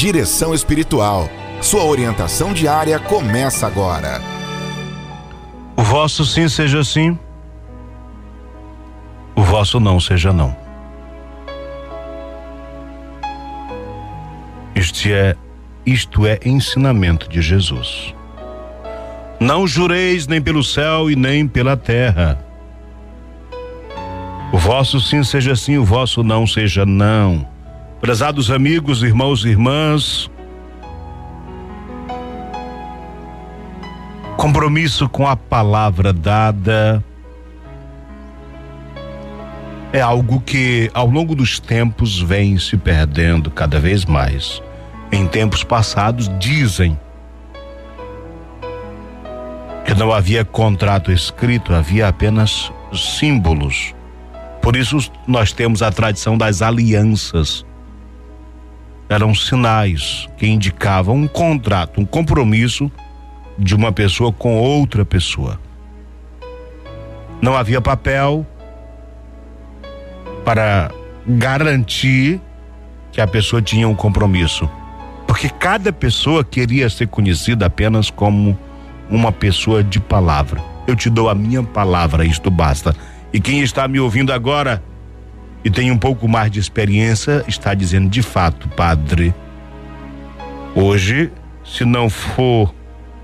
Direção Espiritual. Sua orientação diária começa agora. O vosso sim seja sim, o vosso não seja não. Isto é ensinamento de Jesus. Não jureis nem pelo céu e nem pela terra. O vosso sim seja sim, o vosso não seja não. Prezados amigos, irmãos e irmãs, compromisso com a palavra dada é algo que ao longo dos tempos vem se perdendo cada vez mais. Em tempos passados dizem que não havia contrato escrito, havia apenas símbolos. Por isso nós temos a tradição das alianças. Eram sinais que indicavam um contrato, um compromisso de uma pessoa com outra pessoa. Não havia papel para garantir que a pessoa tinha um compromisso, porque cada pessoa queria ser conhecida apenas como uma pessoa de palavra. Eu te dou a minha palavra, isto basta. E quem está me ouvindo agora e tem um pouco mais de experiência está dizendo: de fato, padre, hoje, se não for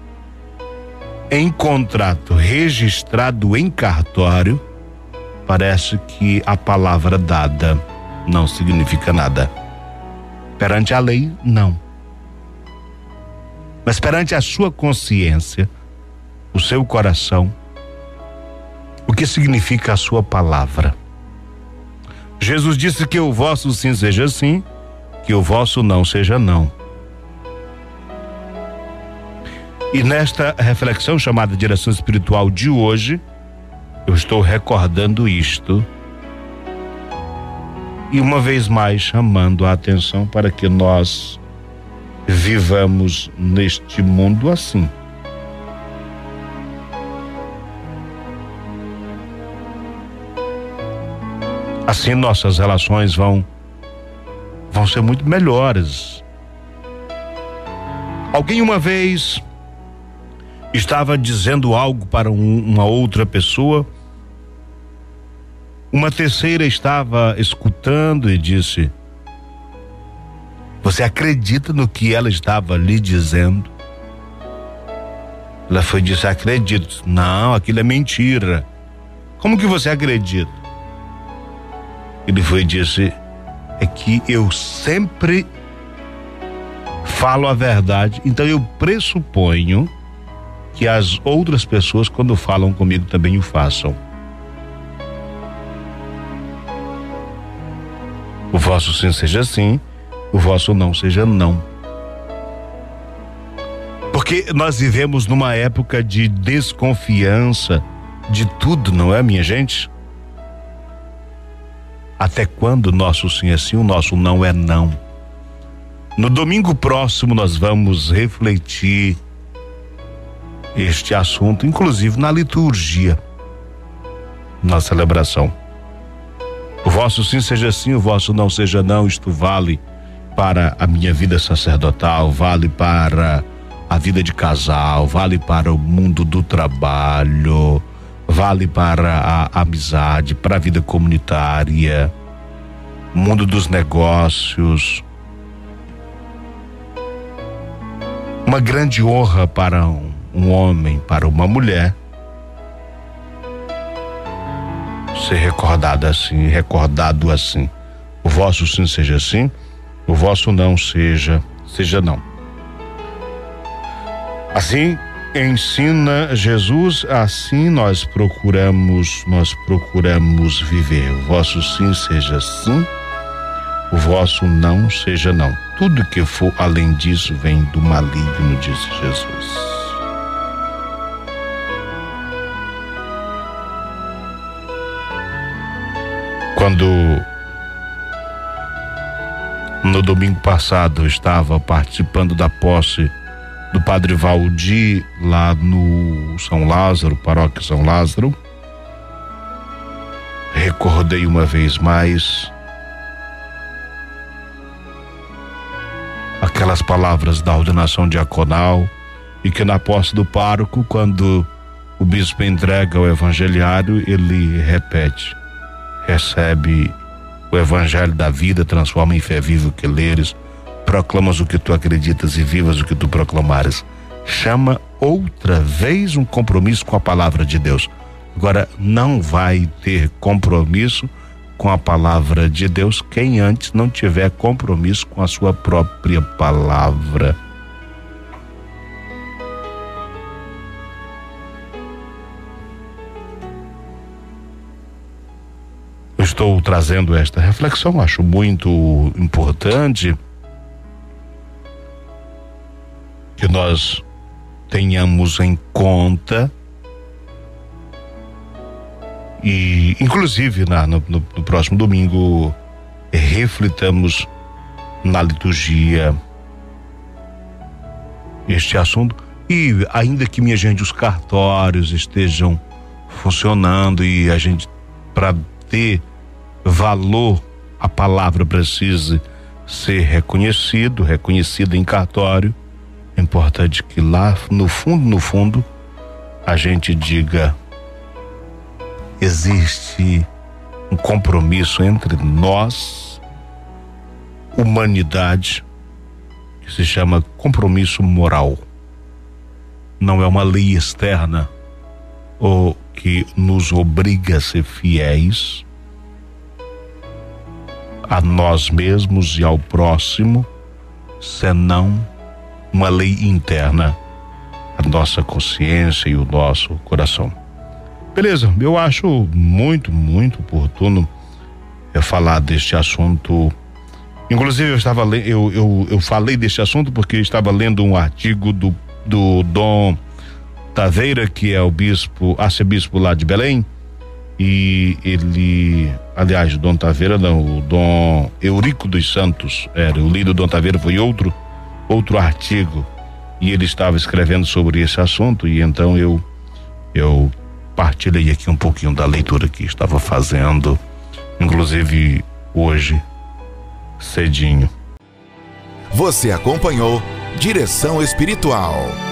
em contrato registrado em cartório, parece que a palavra dada não significa nada. Perante a lei, não. Mas perante a sua consciência, o seu coração, o que significa a sua palavra? Jesus disse que o vosso sim seja sim, que o vosso não seja não. E nesta reflexão chamada Direção Espiritual de hoje, eu estou recordando isto e uma vez mais chamando a atenção para que nós vivamos neste mundo assim. Assim nossas relações vão ser muito melhores. Alguém uma vez estava dizendo algo para uma outra pessoa, uma terceira estava escutando e disse: você acredita no que ela estava lhe dizendo? Ela foi e disse: acredito. Não, aquilo é mentira. Como que você acredita? Ele foi e disse: é que eu sempre falo a verdade, então eu pressuponho que as outras pessoas, quando falam comigo, também o façam. O vosso sim seja sim, o vosso não seja não. Porque nós vivemos numa época de desconfiança de tudo, não é, minha gente? Até quando o nosso sim é sim, o nosso não é não? No domingo próximo nós vamos refletir este assunto, inclusive na liturgia, na celebração. O vosso sim seja sim, o vosso não seja não. Isto vale para a minha vida sacerdotal, vale para a vida de casal, vale para o mundo do trabalho, vale para a amizade, para a vida comunitária, mundo dos negócios. Uma grande honra para um homem, para uma mulher, ser recordado assim. O vosso sim seja sim, o vosso não seja não. Assim ensina Jesus, assim nós procuramos viver. O vosso sim seja sim, o vosso não seja não. Tudo que for além disso vem do maligno, disse Jesus. Quando no domingo passado eu estava participando da posse do Padre Valdir lá no São Lázaro, Paróquia São Lázaro, recordei uma vez mais aquelas palavras da ordenação diaconal, e que na posse do pároco, quando o bispo entrega o evangeliário, ele repete: recebe o evangelho da vida, transforma em fé viva o que leres, proclamas o que tu acreditas e vivas o que tu proclamares. Chama outra vez um compromisso com a palavra de Deus. Agora, não vai ter compromisso com a palavra de Deus quem antes não tiver compromisso com a sua própria palavra. Eu estou trazendo esta reflexão, acho muito importante que nós tenhamos em conta e, inclusive, no próximo domingo, reflitamos na liturgia este assunto. E ainda que, minha gente, os cartórios estejam funcionando e a gente, para ter valor, a palavra precisa ser reconhecida em cartório, é importante que lá no fundo, a gente diga: existe um compromisso entre nós, humanidade, que se chama compromisso moral. Não é uma lei externa ou que nos obriga a ser fiéis a nós mesmos e ao próximo, senão uma lei interna, a nossa consciência e o nosso coração. Beleza, eu acho muito, muito oportuno falar deste assunto. Inclusive, eu falei deste assunto porque estava lendo um artigo do Dom Taveira, que é o arcebispo lá de Belém, e ele, aliás, o Dom Taveira não, o Dom Eurico dos Santos, eu li do Dom Taveira, foi outro artigo, e ele estava escrevendo sobre esse assunto, e então eu partilhei aqui um pouquinho da leitura que estava fazendo, inclusive hoje, cedinho. Você acompanhou Direção Espiritual.